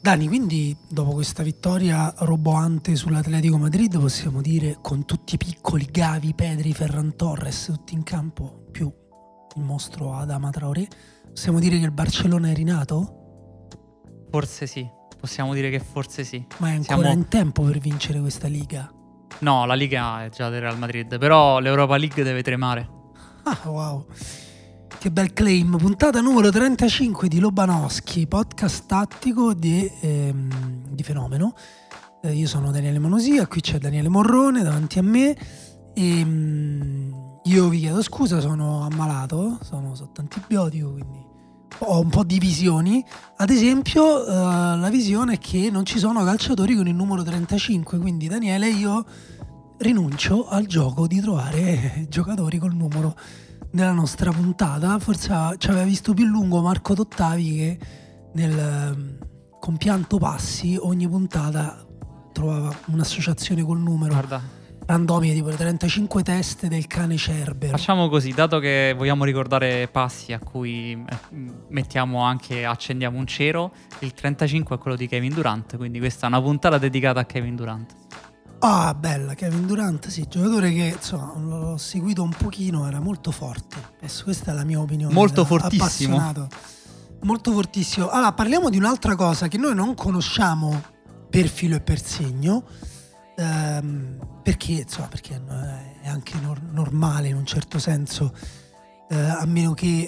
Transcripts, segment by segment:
Dani, quindi dopo questa vittoria roboante sull'Atletico Madrid possiamo dire, con tutti i piccoli, Gavi, Pedri, Ferran Torres tutti in campo, più il mostro Adama Traoré, possiamo dire che il Barcellona è rinato? Forse sì, possiamo dire che forse sì. Ma è ancora in tempo per vincere questa Liga? No, la Liga è già del Real Madrid, però l'Europa League deve tremare. Ah, wow, che bel claim. Puntata numero 35 di Lobanowski, podcast tattico di Fenomeno. Io sono Daniele Monosia, qui c'è Daniele Morrone davanti a me e io vi chiedo scusa, sono ammalato, sono sotto antibiotico, quindi ho un po' di visioni. Ad esempio la visione è che non ci sono calciatori con il numero 35, quindi Daniele, io rinuncio al gioco di trovare giocatori col numero nella nostra puntata. Forse ci aveva visto più lungo Marco Dottavi, che nel compianto passi ogni puntata trovava un'associazione col numero. Guarda, randomica, tipo le 35 teste del cane Cerbero. facciamo così, dato che vogliamo ricordare passi a cui accendiamo un cero, il 35 è quello di Kevin Durant, quindi questa è una puntata dedicata a Kevin Durant. Ah, bella, Kevin Durant, sì, giocatore che insomma l'ho seguito un pochino, era molto forte. Adesso questa è la mia opinione. Molto fortissimo. Appassionato. Molto fortissimo. Allora, parliamo di un'altra cosa che noi non conosciamo per filo e per segno, perché è anche normale in un certo senso, a meno che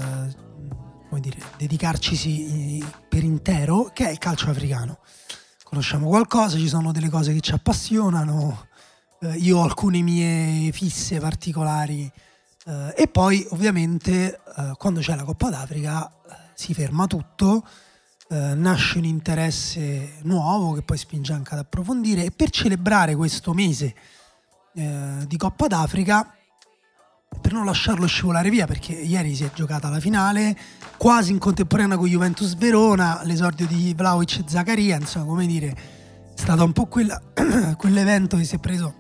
dedicarcisi per intero, che è il calcio africano. Conosciamo qualcosa, ci sono delle cose che ci appassionano, io ho alcune mie fisse particolari, e poi ovviamente quando c'è la Coppa d'Africa si ferma tutto, nasce un interesse nuovo che poi spinge anche ad approfondire, e per celebrare questo mese di Coppa d'Africa, per non lasciarlo scivolare via, perché ieri si è giocata la finale quasi in contemporanea con Juventus Verona, l'esordio di Vlahovic e Zakaria, insomma, come dire, è stato un po' quell'evento che si è preso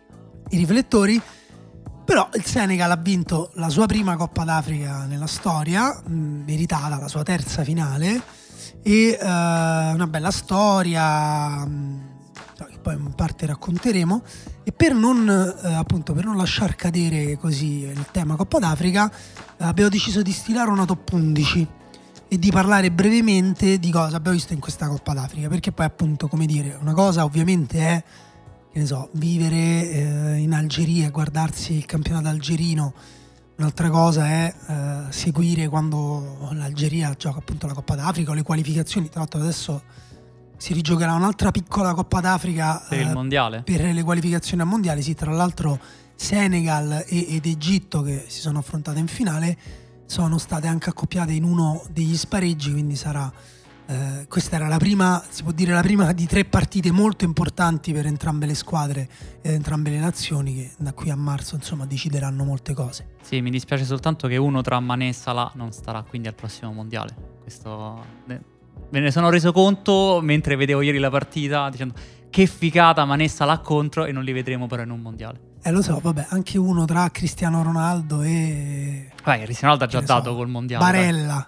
i riflettori. Però il Senegal ha vinto la sua prima Coppa d'Africa nella storia, meritata, la sua terza finale, e una bella storia che poi in parte racconteremo. E per non lasciar cadere così il tema Coppa d'Africa, abbiamo deciso di stilare una top 11 e di parlare brevemente di cosa abbiamo visto in questa Coppa d'Africa, perché poi appunto, come dire, una cosa ovviamente è, che ne so, vivere in Algeria e guardarsi il campionato algerino, un'altra cosa è seguire quando l'Algeria gioca appunto la Coppa d'Africa o le qualificazioni. Tra l'altro adesso si rigiocherà un'altra piccola Coppa d'Africa per il mondiale, per le qualificazioni al mondiale. Sì, tra l'altro Senegal ed Egitto, che si sono affrontate in finale, sono state anche accoppiate in uno degli spareggi, quindi sarà questa era la prima, si può dire la prima di 3 partite molto importanti per entrambe le squadre ed entrambe le nazioni, che da qui a marzo insomma decideranno molte cose. Sì, mi dispiace soltanto che uno tra Mané e Salah non starà quindi al prossimo mondiale. Questo me ne sono reso conto mentre vedevo ieri la partita, dicendo che figata, Mané e Salah contro, e non li vedremo però in un mondiale. Lo so, vabbè, anche uno tra Cristiano Ronaldo e Cristiano Ronaldo ha già dato col mondiale. Barella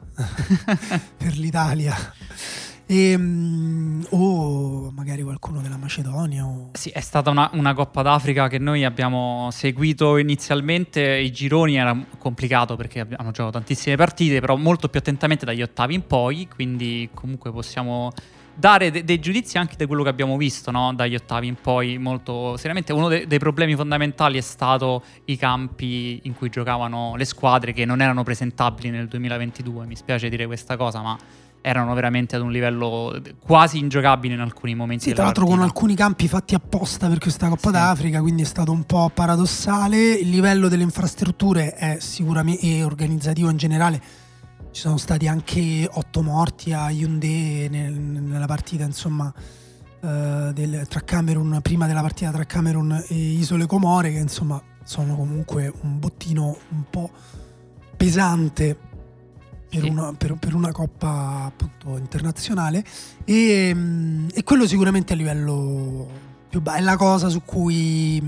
per l'Italia. O magari qualcuno della Macedonia Sì, è stata una Coppa d'Africa che noi abbiamo seguito inizialmente. I gironi era complicato perché hanno giocato tantissime partite, però molto più attentamente dagli ottavi in poi, quindi comunque possiamo dare dei giudizi anche di quello che abbiamo visto, no? Dagli ottavi in poi molto seriamente. Uno dei problemi fondamentali è stato i campi in cui giocavano le squadre, che non erano presentabili nel 2022, mi spiace dire questa cosa, ma erano veramente ad un livello quasi ingiocabile in alcuni momenti. Sì, tra l'altro con alcuni campi fatti apposta per questa Coppa d'Africa, quindi è stato un po' paradossale. Il livello delle infrastrutture è sicuramente, e organizzativo in generale, ci sono stati anche 8 morti a Yaoundé nella partita, insomma, tra Camerun, prima della partita tra Camerun e Isole Comore, che insomma sono comunque un bottino un po' pesante per una Coppa appunto internazionale, e quello sicuramente a livello più basso è la cosa su cui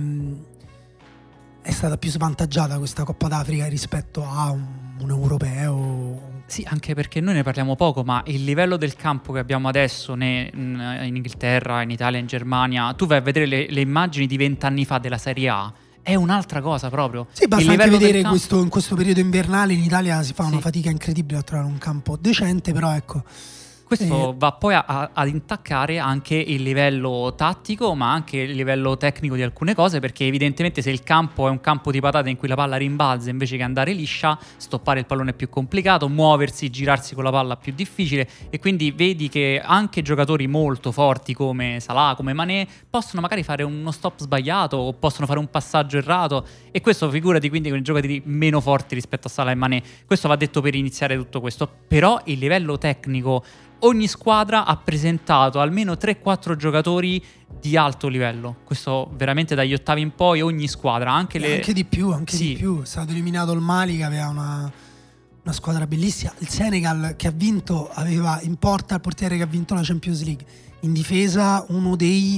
è stata più svantaggiata questa Coppa d'Africa rispetto a un europeo, un Sì, anche perché noi ne parliamo poco, ma il livello del campo che abbiamo adesso in Inghilterra, in Italia, in Germania, tu vai a vedere le immagini di 20 anni fa della Serie A, è un'altra cosa proprio. Sì, Il basta anche livello del vedere campo... in questo periodo invernale in Italia si fa una Sì. fatica incredibile a trovare un campo decente, però ecco. Questo va poi ad intaccare anche il livello tattico, ma anche il livello tecnico di alcune cose, perché evidentemente se il campo è un campo di patate in cui la palla rimbalza invece che andare liscia, stoppare il pallone è più complicato, muoversi, girarsi con la palla è più difficile, e quindi vedi che anche giocatori molto forti come Salah, come Mané, possono magari fare uno stop sbagliato o possono fare un passaggio errato, e questo figurati quindi con i giocatori meno forti rispetto a Salah e Mané. Questo va detto per iniziare tutto questo, però il livello tecnico, ogni squadra ha presentato almeno 3-4 giocatori di alto livello. Questo veramente dagli ottavi in poi, ogni squadra, anche di più, Sì. di più. È stato eliminato il Mali, che aveva una squadra bellissima. Il Senegal, che ha vinto, aveva in porta il portiere che ha vinto la Champions League. In difesa uno dei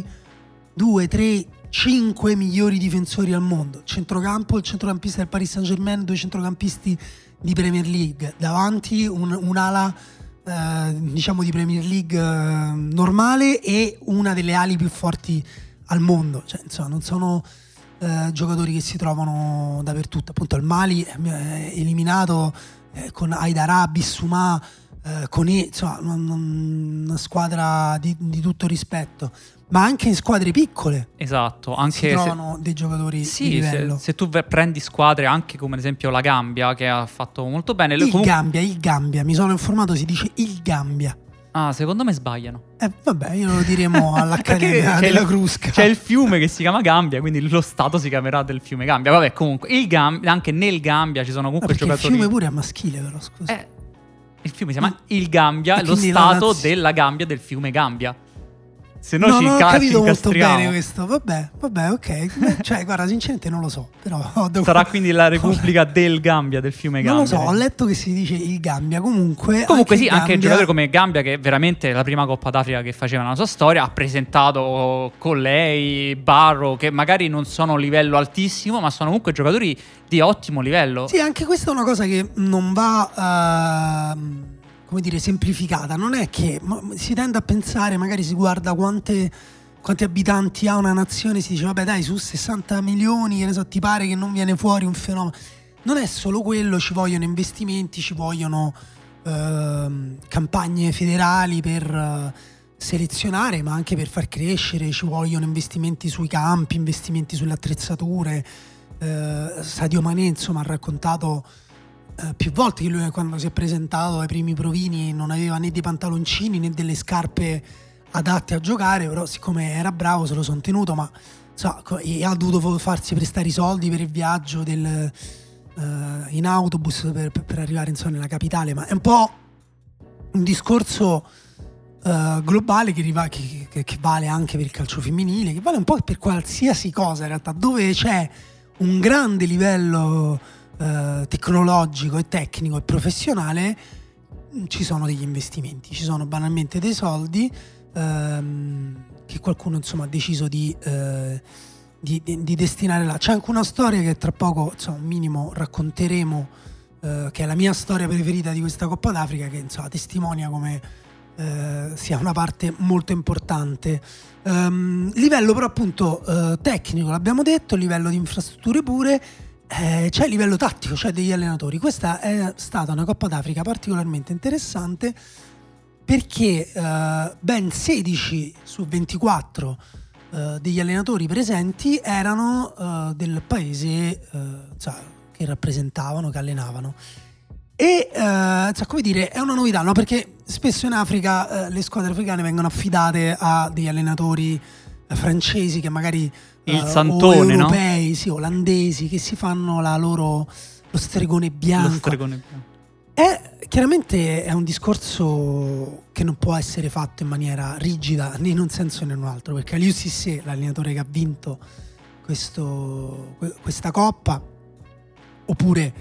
2, 3, 5 migliori difensori al mondo. Centrocampo, il centrocampista del Paris Saint-Germain, 2 centrocampisti di Premier League. Davanti un'ala diciamo di Premier League normale e una delle ali più forti al mondo. Cioè, insomma, non sono giocatori che si trovano dappertutto. Appunto il Mali è eliminato con Haidara, Bissouma, insomma una squadra di tutto rispetto, ma anche in squadre piccole. Esatto, anche si trovano dei giocatori di livello. Se tu prendi squadre anche come ad esempio la Gambia, che ha fatto molto bene. Il Gambia, mi sono informato, si dice il Gambia. Ah, secondo me sbagliano. Vabbè, io lo diremo all'Accademia della Crusca. C'è il fiume che si chiama Gambia, quindi lo Stato si chiamerà del fiume Gambia. Vabbè, comunque, anche nel Gambia ci sono comunque giocatori. Il fiume pure è maschile, però, scusa. Il fiume si chiama il Gambia, lo Stato della Gambia del fiume Gambia. Se no ci non ho capito molto incastriamo. bene questo. Vabbè, ok. Cioè, guarda, sinceramente non lo so. Però sarà quindi la Repubblica del Gambia, del fiume Gambia. Non lo so, ho letto che si dice il Gambia. Comunque sì, anche il giocatore come Gambia, che è veramente la prima Coppa d'Africa che faceva nella sua storia, ha presentato con lei Barrow, che magari non sono a livello altissimo, ma sono comunque giocatori di ottimo livello. Sì, anche questa è una cosa che non va come dire, semplificata. Non è che si tende a pensare, magari si guarda quanti abitanti ha una nazione, si dice vabbè dai, su 60 milioni, che ne so, ti pare che non viene fuori un fenomeno. Non è solo quello, ci vogliono investimenti, ci vogliono campagne federali per selezionare, ma anche per far crescere, ci vogliono investimenti sui campi, investimenti sulle attrezzature. Sadio Mané, insomma, ha raccontato più volte che lui, quando si è presentato ai primi provini, non aveva né dei pantaloncini né delle scarpe adatte a giocare, però siccome era bravo se lo sono tenuto, ma ha dovuto farsi prestare i soldi per il viaggio in autobus per arrivare, insomma, nella capitale. Ma è un po' un discorso globale che vale anche per il calcio femminile, che vale un po' per qualsiasi cosa in realtà. Dove c'è un grande livello tecnologico e tecnico e professionale, ci sono degli investimenti, ci sono banalmente dei soldi che qualcuno, insomma, ha deciso di destinare là. C'è anche una storia che tra poco, insomma, un minimo racconteremo, che è la mia storia preferita di questa Coppa d'Africa, che, insomma, testimonia come sia una parte molto importante. Livello però appunto tecnico l'abbiamo detto, livello di infrastrutture pure. C'è il livello tattico, cioè degli allenatori. Questa è stata una Coppa d'Africa particolarmente interessante, perché ben 16 su 24 degli allenatori presenti erano del paese che rappresentavano, che allenavano. E come dire, è una novità, no? Perché spesso in Africa le squadre africane vengono affidate a degli allenatori francesi che magari il Santone, o europei, no? Sì, olandesi, che si fanno lo stregone bianco. Chiaramente è un discorso che non può essere fatto in maniera rigida, né in un senso né in un altro, perché Aliou Cissé, l'allenatore che ha vinto questa Coppa, oppure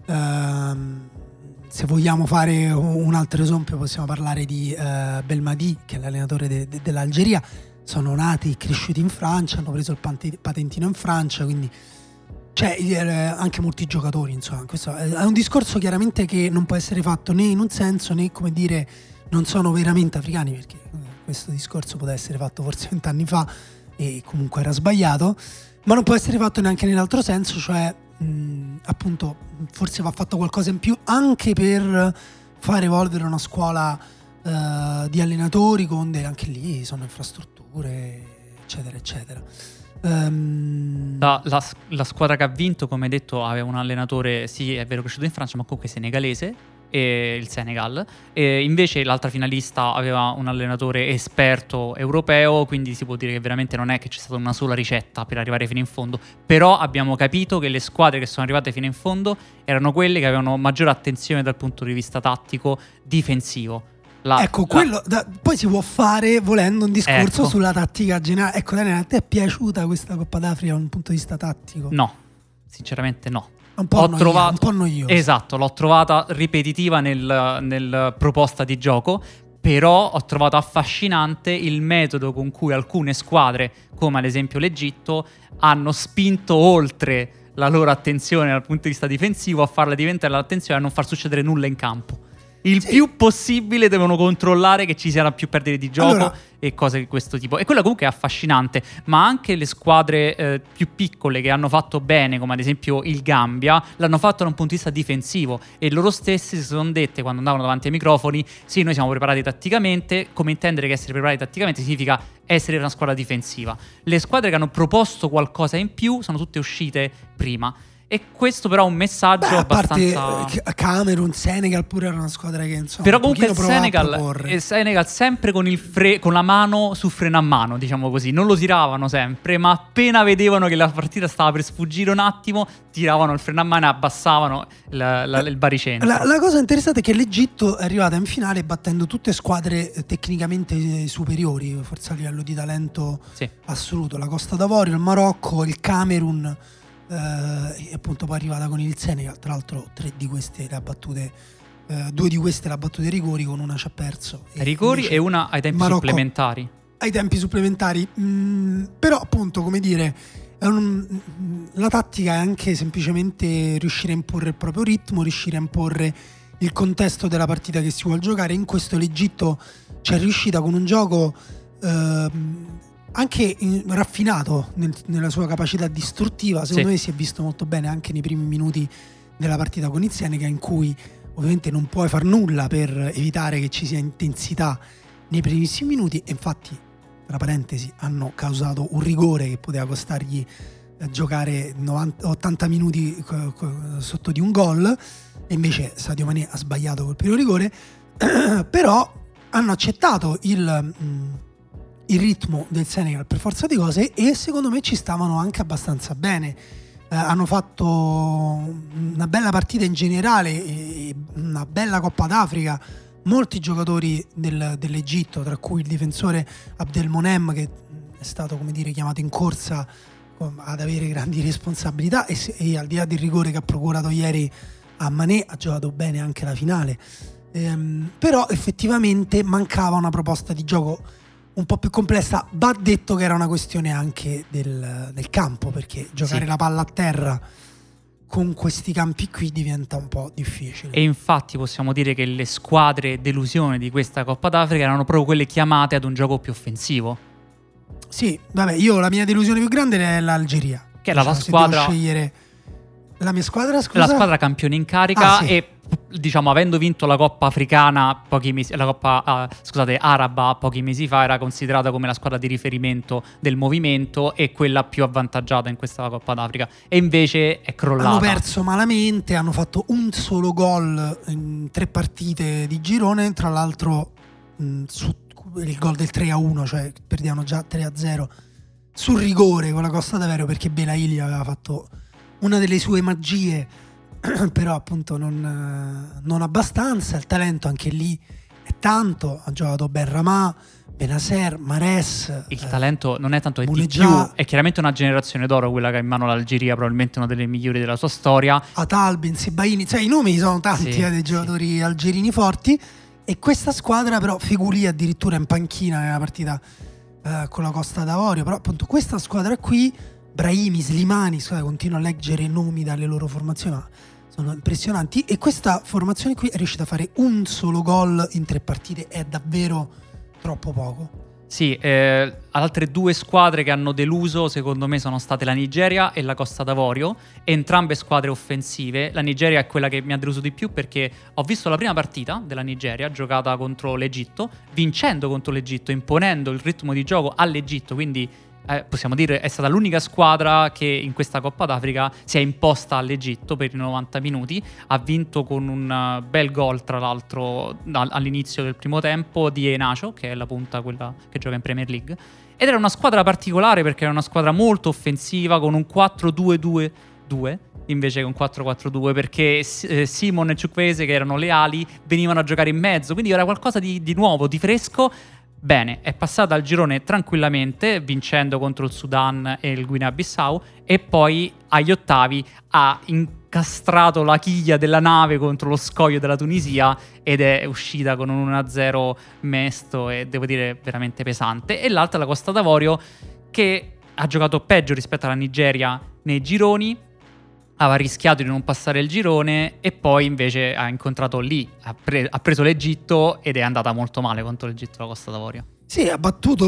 se vogliamo fare un altro esempio possiamo parlare di Belmadi, che è l'allenatore dell'Algeria. Sono nati e cresciuti in Francia, hanno preso il patentino in Francia, quindi Cioè, anche molti giocatori, insomma, questo è un discorso chiaramente che non può essere fatto né in un senso né, come dire, non sono veramente africani, perché questo discorso poteva essere fatto forse 20 anni fa e comunque era sbagliato, ma non può essere fatto neanche nell'altro senso, cioè appunto forse va fatto qualcosa in più anche per far evolvere una scuola di allenatori con anche lì sono infrastrutture eccetera eccetera. La squadra che ha vinto, come detto, aveva un allenatore, sì, è vero, cresciuto in Francia, ma comunque senegalese, il Senegal. E invece l'altra finalista aveva un allenatore esperto europeo, quindi si può dire che veramente non è che c'è stata una sola ricetta per arrivare fino in fondo. Però abbiamo capito che le squadre che sono arrivate fino in fondo erano quelle che avevano maggiore attenzione dal punto di vista tattico difensivo. Poi si può fare volendo un discorso ecco. sulla tattica generale. Ecco, Daniele, a te è piaciuta questa Coppa d'Africa da un punto di vista tattico? No, sinceramente no. Un po' noiosa. Esatto, l'ho trovata ripetitiva nel proposta di gioco, però ho trovato affascinante il metodo con cui alcune squadre, come ad esempio l'Egitto, hanno spinto oltre la loro attenzione dal punto di vista difensivo a farla diventare l'attenzione a non far succedere nulla in campo. Più possibile devono controllare che ci siano più perdite di gioco e cose di questo tipo. E quello comunque è affascinante. Ma anche le squadre più piccole che hanno fatto bene, come ad esempio il Gambia, l'hanno fatto da un punto di vista difensivo. E loro stessi si sono dette, quando andavano davanti ai microfoni, sì, noi siamo preparati tatticamente. Come intendere che essere preparati tatticamente significa essere una squadra difensiva. Le squadre che hanno proposto qualcosa in più sono tutte uscite prima. E questo però è un messaggio abbastanza... A parte Camerun, Senegal pure era una squadra che insomma però comunque il Senegal sempre con con la mano su freno a mano, diciamo così. Non lo tiravano sempre, ma appena vedevano che la partita stava per sfuggire un attimo, tiravano il freno a mano e abbassavano il baricentro. La cosa interessante è che l'Egitto è arrivata in finale battendo tutte squadre tecnicamente superiori, forse a livello di talento assoluto. La Costa d'Avorio, il Marocco, il Camerun... e appunto poi è arrivata con il Senegal. Tra l'altro 3 di queste le ha battute, 2 di queste le ha battute ai rigori, con una ci ha perso ai rigori e una ai tempi supplementari. Ai tempi supplementari, però appunto, come dire, la tattica è anche semplicemente riuscire a imporre il proprio ritmo, riuscire a imporre il contesto della partita che si vuole giocare. In questo l'Egitto ci è riuscita con un gioco anche raffinato nella sua capacità distruttiva. Secondo me si è visto molto bene anche nei primi minuti della partita con il Senegal, in cui ovviamente non puoi far nulla per evitare che ci sia intensità nei primissimi minuti, e infatti, tra parentesi, hanno causato un rigore che poteva costargli giocare 80 minuti sotto di un gol, e invece Sadio Mané ha sbagliato col primo rigore. Però hanno accettato il ritmo del Senegal per forza di cose, e secondo me ci stavano anche abbastanza bene. Hanno fatto una bella partita in generale e una bella Coppa d'Africa. Molti giocatori dell'Egitto, tra cui il difensore Abdelmonem, che è stato, come dire, chiamato in corsa ad avere grandi responsabilità, e al di là del rigore che ha procurato ieri a Mané, ha giocato bene anche la finale. Però effettivamente mancava una proposta di gioco un po' più complessa. Va detto che era una questione anche del campo, perché giocare la palla a terra con questi campi qui diventa un po' difficile. E infatti possiamo dire che le squadre delusione di questa Coppa d'Africa erano proprio quelle chiamate ad un gioco più offensivo. Sì, vabbè, io la mia delusione più grande è l'Algeria, che era la squadra... Se devo scegliere la mia squadra, scusa? La squadra campione in carica, e diciamo, avendo vinto la Coppa africana la Coppa araba pochi mesi fa, era considerata come la squadra di riferimento del movimento e quella più avvantaggiata in questa Coppa d'Africa, e invece è crollata. Hanno perso malamente, hanno fatto un solo gol in 3 partite di girone, tra l'altro il gol del 3-1, cioè perdiamo già 3-0 sul rigore con la Costa d'Avorio, perché Belaili aveva fatto una delle sue magie, però appunto non abbastanza. Il talento anche lì è tanto, ha giocato Benrahma, Benacer, Mahrez. Il talento non è tanto, è di Bounedjah, più, è chiaramente una generazione d'oro quella che ha in mano l'Algeria, probabilmente una delle migliori della sua storia. Atal, Bensebaini, cioè i nomi sono tanti, dei giocatori algerini forti. E questa squadra però, Feghouli addirittura in panchina nella partita con la Costa d'Avorio, però appunto questa squadra qui Brahimi, Slimani, continuo a leggere i nomi dalle loro formazioni, ma sono impressionanti, e questa formazione qui è riuscita a fare un solo gol in 3 partite, è davvero troppo poco. Sì, altre 2 squadre che hanno deluso secondo me sono state la Nigeria e la Costa d'Avorio, entrambe squadre offensive. La Nigeria è quella che mi ha deluso di più perché ho visto la prima partita della Nigeria giocata contro l'Egitto, vincendo contro l'Egitto, imponendo il ritmo di gioco all'Egitto, quindi possiamo dire è stata l'unica squadra che in questa Coppa d'Africa si è imposta all'Egitto per i 90 minuti, ha vinto con un bel gol tra l'altro all'inizio del primo tempo di Enacho, che è la punta, quella che gioca in Premier League, ed era una squadra particolare perché era una squadra molto offensiva con un 4-2-2-2 invece che un 4-4-2, perché Simon e Chukwueze, che erano le ali, venivano a giocare in mezzo, quindi era qualcosa di nuovo, di fresco. Bene, è passata al girone tranquillamente, vincendo contro il Sudan e il Guinea-Bissau, e poi agli ottavi ha incastrato la chiglia della nave contro lo scoglio della Tunisia ed è uscita con un 1-0 mesto e devo dire veramente pesante. E l'altra la Costa d'Avorio, che ha giocato peggio rispetto alla Nigeria nei gironi, aveva rischiato di non passare il girone e poi invece ha incontrato lì, ha preso l'Egitto ed è andata molto male contro l'Egitto la Costa d'Avorio. Sì, ha battuto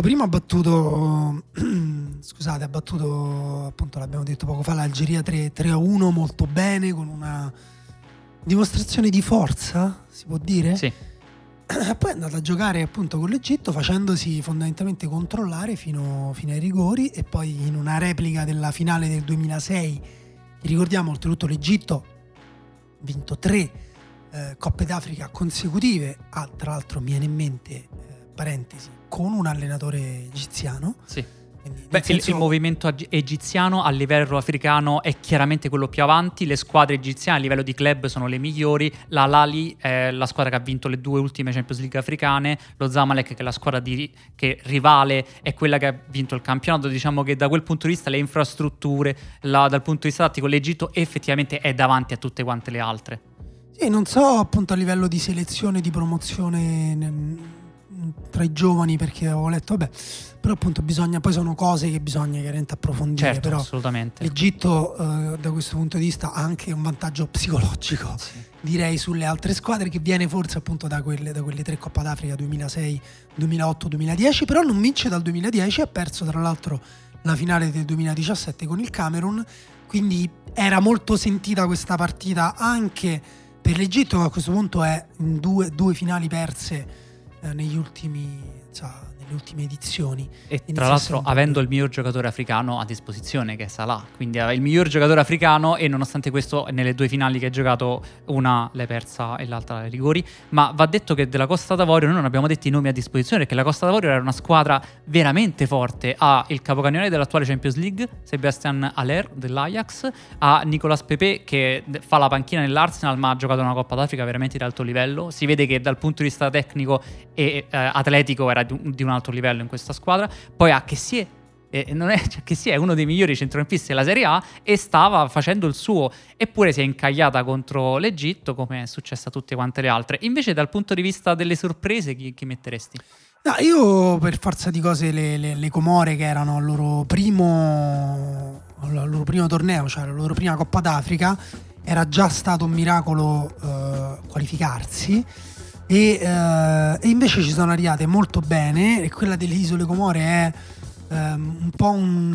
appunto, l'abbiamo detto poco fa, l'Algeria 3-1 molto bene, con una dimostrazione di forza, si può dire? Sì. Poi è andata a giocare appunto con l'Egitto, facendosi fondamentalmente controllare fino ai rigori, e poi in una replica della finale del 2006, ricordiamo oltretutto l'Egitto ha vinto 3 Coppe d'Africa consecutive, tra l'altro mi viene in mente, parentesi, con un allenatore egiziano. Sì. Beh, il movimento egiziano a livello africano è chiaramente quello più avanti, le squadre egiziane a livello di club sono le migliori, la Al-Ahly è la squadra che ha vinto le 2 ultime Champions League africane, lo Zamalek, che è la squadra che rivale, è quella che ha vinto il campionato. Diciamo che da quel punto di vista le infrastrutture, dal punto di vista tattico, l'Egitto effettivamente è davanti a tutte quante le altre. Sì, non so appunto a livello di selezione, di promozione tra i giovani, perché avevo letto, però appunto poi sono cose che bisogna chiaramente approfondire. Certo, però assolutamente. L'Egitto da questo punto di vista ha anche un vantaggio psicologico, sì, direi, sulle altre squadre, che viene forse appunto da quelle 3 Coppa d'Africa 2006, 2008, 2010, però non vince dal 2010, ha perso tra l'altro la finale del 2017 con il Camerun, quindi era molto sentita questa partita anche per l'Egitto, che a questo punto è in due finali perse nelle ultime edizioni. E tra l'altro avendo il miglior giocatore africano a disposizione, che è Salah, quindi aveva il miglior giocatore africano, e nonostante questo nelle 2 finali che ha giocato, una l'hai persa e l'altra ai rigori. Ma va detto che della Costa d'Avorio noi non abbiamo detto i nomi a disposizione, perché la Costa d'Avorio era una squadra veramente forte. Ha il capocannoniere dell'attuale Champions League, Sébastien Haller dell'Ajax, ha Nicolas Pepe che fa la panchina nell'Arsenal ma ha giocato una Coppa d'Africa veramente di alto livello. Si vede che dal punto di vista tecnico e atletico era di un alto livello in questa squadra. Poi ha Kessie, Kessie è uno dei migliori centrocampisti della Serie A e stava facendo il suo, eppure si è incagliata contro l'Egitto, come è successo a tutte quante le altre. Invece dal punto di vista delle sorprese chi metteresti? No, io per forza di cose le Comore, che erano al loro primo torneo, cioè la loro prima Coppa d'Africa, era già stato un miracolo qualificarsi. E invece ci sono arrivate molto bene, e quella delle Isole Comore è un po'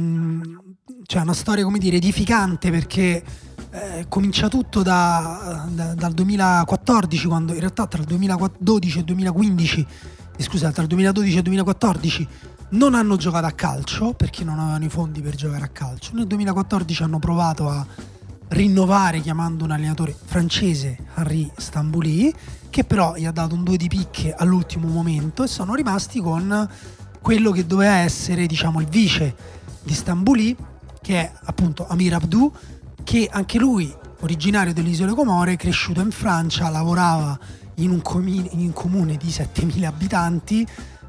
una storia, come dire, edificante, perché comincia tutto dal 2014, quando in realtà tra il 2012 e il 2015, tra il 2012 e il 2014 non hanno giocato a calcio perché non avevano i fondi per giocare a calcio. Nel 2014 hanno provato a rinnovare chiamando un allenatore francese, Henri Stambouli, che però gli ha dato un 2 di picche all'ultimo momento, e sono rimasti con quello che doveva essere, diciamo, il vice di Stambouli, che è appunto Amir Abdou, che anche lui originario delle Isole Comore, cresciuto in Francia, lavorava in un comune di 7.000 abitanti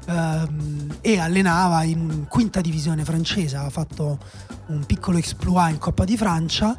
e allenava in quinta divisione francese. Ha fatto un piccolo exploit in Coppa di Francia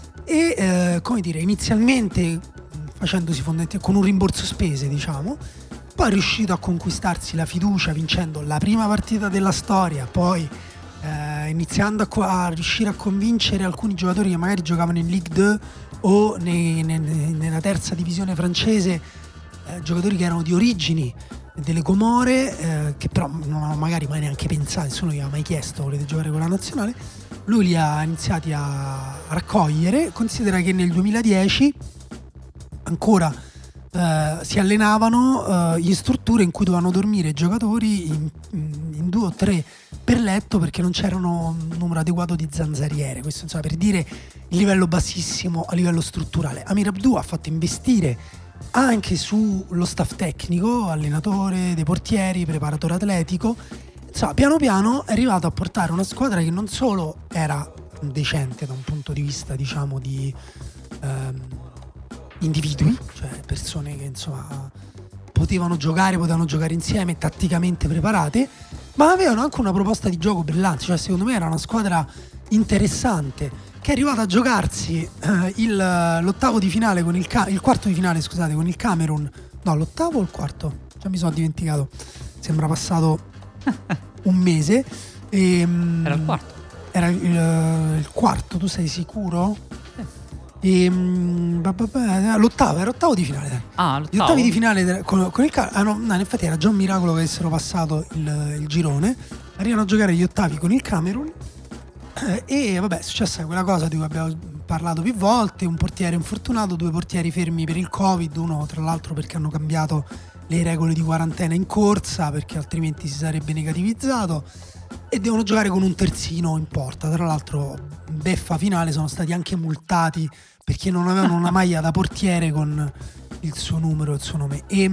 e inizialmente facendosi fondamentalmente con un rimborso spese, diciamo, poi è riuscito a conquistarsi la fiducia vincendo la prima partita della storia, poi iniziando a riuscire a convincere alcuni giocatori che magari giocavano in Ligue 2 o nella terza divisione francese, giocatori che erano di origini delle Comore, che però non avevano magari mai neanche pensato, nessuno gli aveva mai chiesto volete giocare con la nazionale. Lui li ha iniziati a raccogliere. Considera che nel 2010 ancora si allenavano in strutture in cui dovevano dormire i giocatori in 2 o 3 per letto, perché non c'erano un numero adeguato di zanzariere. Questo insomma per dire il livello bassissimo a livello strutturale. Amir Abdou ha fatto investire anche sullo staff tecnico, allenatore dei portieri, preparatore atletico. Insomma, piano piano è arrivato a portare una squadra che non solo era decente da un punto di vista, diciamo, di individui, cioè persone che insomma potevano giocare insieme, tatticamente preparate, ma avevano anche una proposta di gioco brillante. Cioè, secondo me era una squadra interessante, che è arrivata a giocarsi l'ottavo di finale con il quarto di finale, scusate, con il Camerun. No, l'ottavo o il quarto? Già mi sono dimenticato. Sembra passato un mese. Era il quarto. Era il quarto, tu sei sicuro? L'ottavo, era ottavo di finale. L'ottavo? Gli ottavi di finale con il Camerun. No, in effetti era già un miracolo che avessero passato il girone. Arrivano a giocare gli ottavi con il Camerun. E vabbè, è successa quella cosa di cui abbiamo parlato più volte: un portiere infortunato, 2 portieri fermi per il Covid, uno tra l'altro perché hanno cambiato le regole di quarantena in corsa, perché altrimenti si sarebbe negativizzato, e devono giocare con un terzino in porta. Tra l'altro, beffa finale, sono stati anche multati perché non avevano una maglia da portiere con il suo numero, il suo nome, e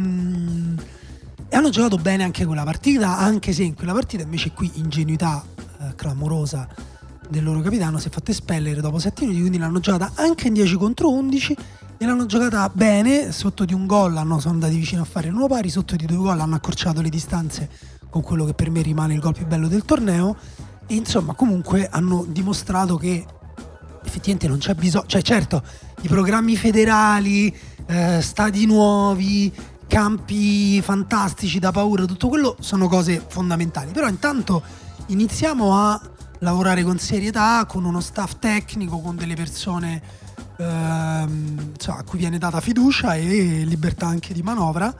hanno giocato bene anche quella partita, anche se in quella partita invece qui ingenuità clamorosa del loro capitano si è fatto espellere dopo 7 minuti, quindi l'hanno giocata anche in 10 contro 11 e l'hanno giocata bene. Sotto di un gol sono andati vicino a fare il 1 pari, sotto di 2 gol hanno accorciato le distanze con quello che per me rimane il gol più bello del torneo, e insomma comunque hanno dimostrato che effettivamente non c'è bisogno, cioè certo i programmi federali, stadi nuovi, campi fantastici da paura, tutto quello sono cose fondamentali, però intanto iniziamo a lavorare con serietà, con uno staff tecnico, con delle persone a cui viene data fiducia e libertà anche di manovra,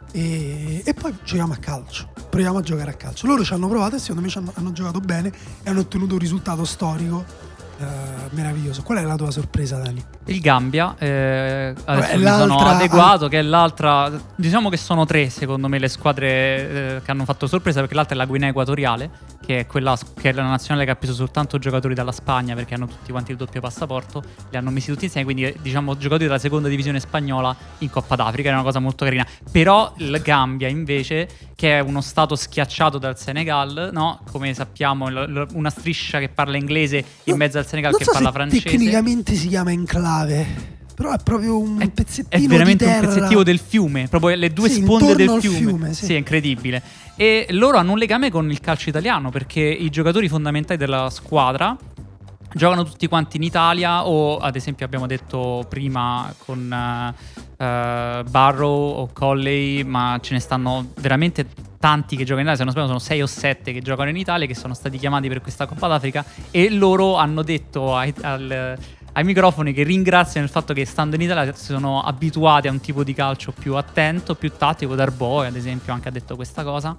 e poi giochiamo a calcio, proviamo a giocare a calcio. Loro ci hanno provato e secondo me hanno giocato bene e hanno ottenuto un risultato storico meraviglioso. Qual è la tua sorpresa, Dani? Il Gambia, adesso mi sono adeguato, che è l'altra. Diciamo che sono 3 secondo me le squadre che hanno fatto sorpresa, perché l'altra è la Guinea Equatoriale, che è quella che è la nazionale che ha preso soltanto giocatori dalla Spagna, perché hanno tutti quanti il doppio passaporto, li hanno messi tutti insieme, quindi diciamo giocatori della seconda divisione spagnola in Coppa d'Africa, è una cosa molto carina. Però il Gambia invece, che è uno stato schiacciato dal Senegal, no? Come sappiamo, una striscia che parla inglese in mezzo al Senegal che parla francese. Tecnicamente si chiama enclave, però è proprio un pezzettino è veramente di terra, un pezzettino del fiume, proprio le 2 sponde del fiume. Sì, è incredibile. E loro hanno un legame con il calcio italiano, perché i giocatori fondamentali della squadra giocano tutti quanti in Italia, o ad esempio abbiamo detto prima con Barrow o Colley, ma ce ne stanno veramente tanti che giocano in Italia. Se non sbaglio sono 6 o 7 che giocano in Italia, che sono stati chiamati per questa Coppa d'Africa, e loro hanno detto ai microfoni che ringraziano il fatto che stando in Italia si sono abituati a un tipo di calcio più attento, più tattico. Darboe ad esempio anche ha detto questa cosa,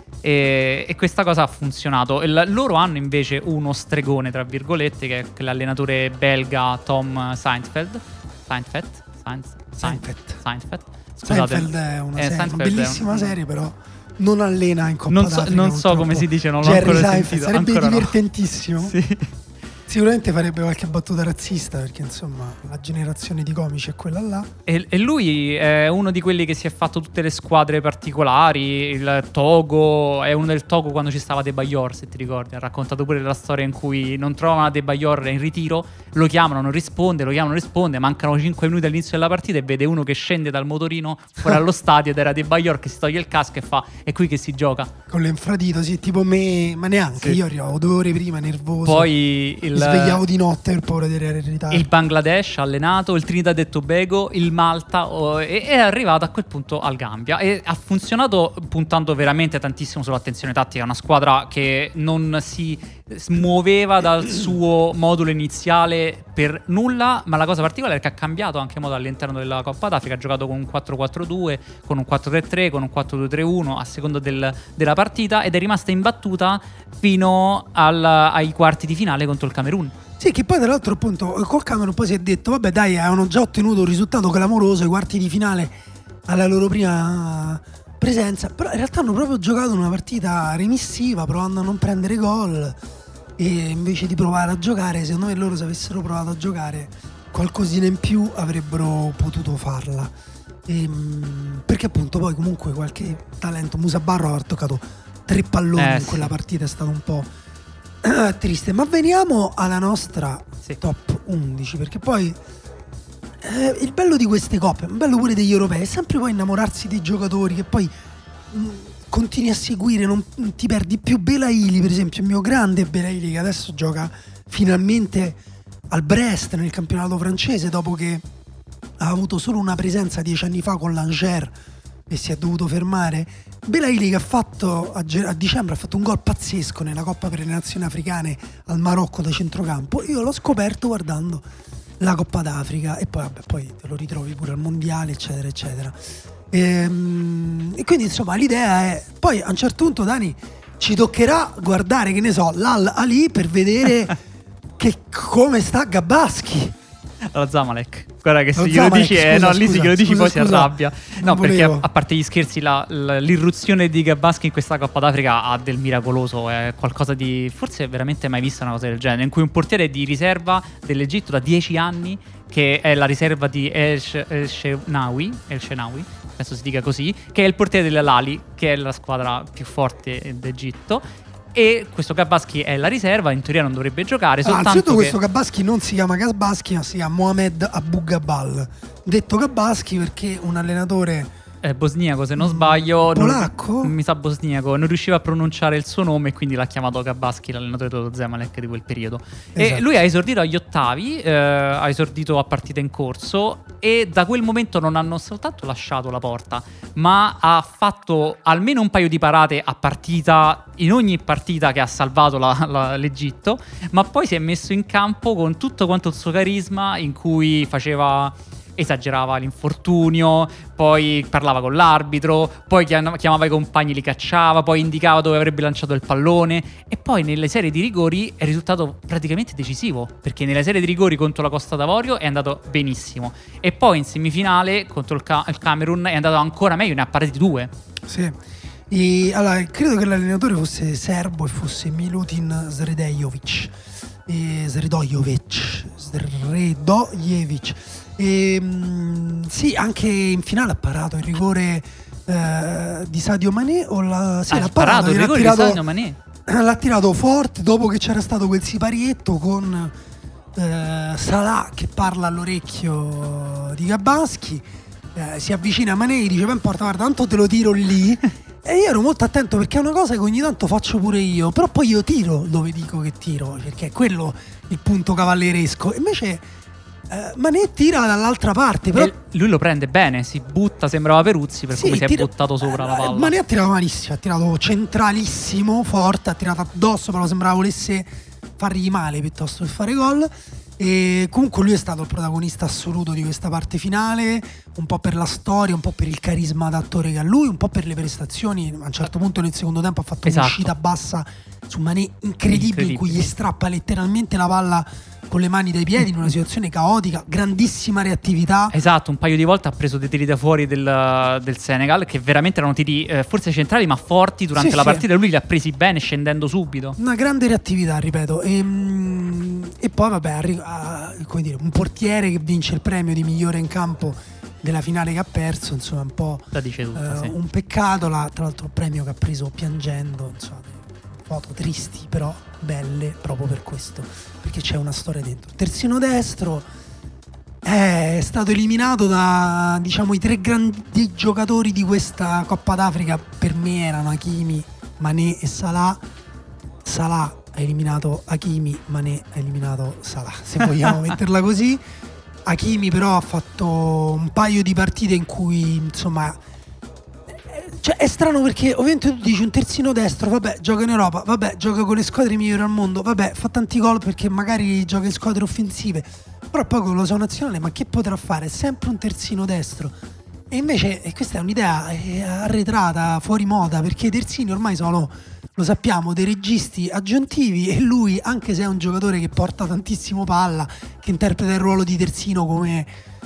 e questa cosa ha funzionato. Loro hanno invece uno stregone tra virgolette, che è l'allenatore belga Tom Seinfeld. Seinfeld è una bellissima serie, però non allena in Coppa d'Africa. Non so come si dice, non l'ho Jerry ancora Seinfeld sentito. sarebbe ancora divertentissimo. No. Sì. Sicuramente farebbe qualche battuta razzista, perché insomma la generazione di comici è quella là. E lui è uno di quelli che si è fatto tutte le squadre particolari. Il Togo, è uno del Togo quando ci stava De Bayor, se ti ricordi. Ha raccontato pure la storia in cui non trovano De Bayor in ritiro, lo chiamano, non risponde, mancano 5 minuti all'inizio della partita e vede uno che scende dal motorino fuori allo stadio, ed era De Bayor che si toglie il casco e fa: è qui che si gioca. Con l'infradito, sì, tipo me, ma neanche, sì. Io arrivavo 2 ore prima nervoso. Poi mi svegliavo di notte per paura di arrivare in ritardo. Il Bangladesh ha allenato, il Trinidad e Tobago, il Malta, e è arrivato a quel punto al Gambia, e ha funzionato puntando veramente tantissimo sull'attenzione tattica. È una squadra che non si muoveva dal suo modulo iniziale per nulla, ma la cosa particolare è che ha cambiato anche modo all'interno della Coppa d'Africa, ha giocato con un 4-4-2, con un 4-3-3, con un 4-2-3-1 a seconda della partita, ed è rimasta imbattuta fino ai quarti di finale contro il Camerun. Sì, che poi tra l'altro appunto col Camerun poi si è detto vabbè dai, avevano già ottenuto un risultato clamoroso ai quarti di finale alla loro prima presenza, però in realtà hanno proprio giocato una partita remissiva, provando a non prendere gol, e invece di provare a giocare, secondo me loro, se avessero provato a giocare qualcosina in più, avrebbero potuto farla, perché appunto poi comunque qualche talento, Musa Barro ha toccato 3 palloni in quella partita, è stato un po' triste. Ma veniamo alla nostra top 11, perché poi il bello di queste coppe, il bello pure degli europei, è sempre poi innamorarsi dei giocatori che poi continui a seguire, non ti perdi più. Belaïli, per esempio, il mio grande Belaïli, che adesso gioca finalmente al Brest nel campionato francese, dopo che ha avuto solo una presenza 10 anni fa con l'Angers e si è dovuto fermare. Belaïli, che ha fatto a dicembre ha fatto un gol pazzesco nella Coppa per le Nazioni Africane al Marocco da centrocampo. Io l'ho scoperto guardando la Coppa d'Africa, e poi vabbè, poi te lo ritrovi pure al mondiale, eccetera eccetera, e quindi insomma l'idea è, poi a un certo punto, Dani, ci toccherà guardare, che ne so, l'Al Ahly per vedere che come sta Gabaschi. Lo Zamalek, guarda che se glielo dici, lì se glielo dici poi si arrabbia. No, perché a parte gli scherzi, l'irruzione di Gabaschi in questa Coppa d'Africa ha del miracoloso, è qualcosa di forse veramente mai vista una cosa del genere, in cui un portiere di riserva dell'Egitto da 10 anni, che è la riserva di El Shenawi, penso si dica così, che è il portiere dell'Al-Ahly, che è la squadra più forte d'Egitto. E questo Gabaschi è la riserva, in teoria non dovrebbe giocare. Soltanto questo Gabaschi non si chiama Gabaschi, ma si chiama Mohamed Abu Gabal, detto Gabaschi perché un allenatore bosniaco, se non sbaglio, polacco? Mi sa bosniaco, non riusciva a pronunciare il suo nome e quindi l'ha chiamato Gabaschi, l'allenatore dello Zamalek di quel periodo. Esatto. E lui ha esordito agli ottavi, ha esordito a partita in corso, e da quel momento non hanno soltanto lasciato la porta, ma ha fatto almeno un paio di parate a partita, in ogni partita che ha salvato l'Egitto, ma poi si è messo in campo con tutto quanto il suo carisma, in cui esagerava l'infortunio, poi parlava con l'arbitro, poi chiamava i compagni, li cacciava, poi indicava dove avrebbe lanciato il pallone, e poi nelle serie di rigori è risultato praticamente decisivo, perché nella serie di rigori contro la Costa d'Avorio è andato benissimo, e poi in semifinale contro il Camerun è andato ancora meglio, ne ha parati 2. Sì. Allora, credo che l'allenatore fosse serbo e fosse Milutin Sredojevic. Sì, anche in finale ha parato il rigore di Sadio Mané, l'ha parato il rigore di Sadio Mané. L'ha tirato forte dopo che c'era stato quel siparietto con Salah che parla all'orecchio di Gabaschi, si avvicina a Mané e dice: "Non importa, guarda, tanto te lo tiro lì". E io ero molto attento, perché è una cosa che ogni tanto faccio pure io, però poi io tiro dove dico che tiro, perché è quello il punto cavalleresco. Invece Mané tira dall'altra parte, però lui lo prende bene, si butta, sembrava Peruzzi per come si è buttato sopra la palla. Mané ha tirato malissimo, ha tirato centralissimo, forte, ha tirato addosso, però sembrava volesse fargli male piuttosto che fare gol. E comunque lui è stato il protagonista assoluto di questa parte finale, un po' per la storia, un po' per il carisma d'attore che ha lui, un po' per le prestazioni. A un certo punto nel secondo tempo ha fatto un'uscita bassa su Mané incredibile, in cui gli strappa letteralmente la palla con le mani dai piedi in una situazione caotica, grandissima reattività. Esatto, un paio di volte ha preso dei tiri da fuori del Senegal, che veramente erano tiri forse centrali ma forti durante la partita, e lui li ha presi bene scendendo subito. Una grande reattività, ripeto. E poi vabbè, come dire, un portiere che vince il premio di migliore in campo della finale che ha perso, insomma un po' la dice tutta, sì. Un peccato, tra l'altro il premio che ha preso piangendo, insomma, foto tristi però belle proprio per questo, perché c'è una storia dentro. Terzino destro è stato eliminato da, diciamo, i 3 grandi giocatori di questa Coppa d'Africa. Per me erano Hakimi, Mané e Salah. Salah ha eliminato Hakimi, Mané ha eliminato Salah, se vogliamo metterla così. Hakimi però ha fatto un paio di partite in cui insomma Cioè è strano perché ovviamente tu dici un terzino destro, vabbè, gioca in Europa, vabbè, gioca con le squadre migliori al mondo, vabbè, fa tanti gol perché magari gioca in squadre offensive, però poi con lo so nazionale, ma che potrà fare? È sempre un terzino destro. E invece questa è un'idea arretrata, fuori moda, perché i terzini ormai sono, lo sappiamo, dei registi aggiuntivi, e lui, anche se è un giocatore che porta tantissimo palla, che interpreta il ruolo di terzino come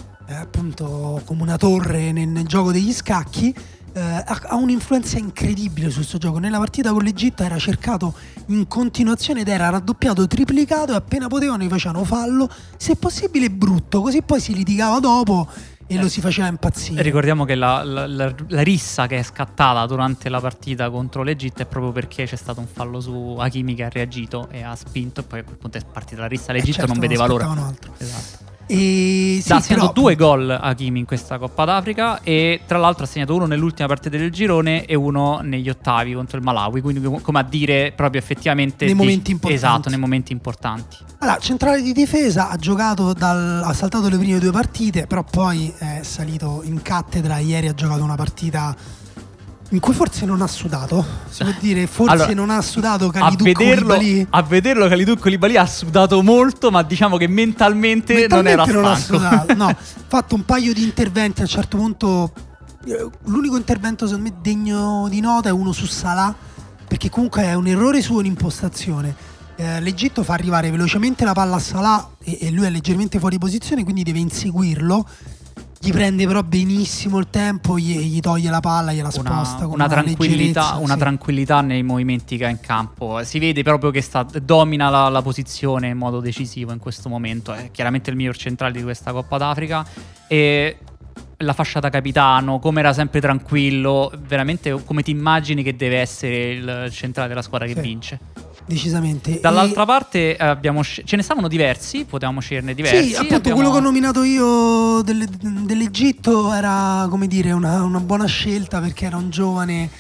appunto come una torre nel gioco degli scacchi, ha un'influenza incredibile sul suo gioco. Nella partita con l'Egitto era cercato in continuazione ed era raddoppiato, triplicato, e appena potevano gli facevano fallo, se possibile brutto, così poi si litigava dopo e lo si faceva impazzire. Ricordiamo che la rissa che è scattata durante la partita contro l'Egitto è proprio perché c'è stato un fallo su Hakimi che ha reagito e ha spinto, e poi appunto è partita la rissa. L'Egitto certo, non vedeva l'ora. Altro. Esatto. E ha segnato 2 gol Hakimi in questa Coppa d'Africa, e tra l'altro ha segnato uno nell'ultima partita del girone e uno negli ottavi contro il Malawi, quindi come a dire proprio effettivamente nei momenti importanti. Esatto, nei momenti importanti. Allora, centrale di difesa, ha saltato le prime 2 partite, però poi è salito in cattedra. Ieri ha giocato una partita in cui forse non ha sudato, si può dire, forse allora, non ha sudato Kalidou Koulibaly. A vederlo Kalidou Koulibaly ha sudato molto, ma diciamo che mentalmente non era stanco. Non ha sudato, no. Ha fatto un paio di interventi a un certo punto. L'unico intervento secondo me degno di nota è uno su Salah, perché comunque è un errore suo in impostazione. L'Egitto fa arrivare velocemente la palla a Salah e lui è leggermente fuori posizione, quindi deve inseguirlo. Gli prende però benissimo il tempo, gli toglie la palla, gliela sposta con una tranquillità nei movimenti che ha in campo. Si vede proprio che domina la posizione in modo decisivo in questo momento. È chiaramente il miglior centrale di questa Coppa d'Africa, e la fascia da capitano, come era sempre tranquillo, veramente come ti immagini che deve essere il centrale della squadra che vince. Decisamente. Dall'altra parte ce ne stavano diversi, potevamo sceglierne diversi. Sì, appunto quello che ho nominato io dell'Egitto era, come dire, una buona scelta, perché era un giovane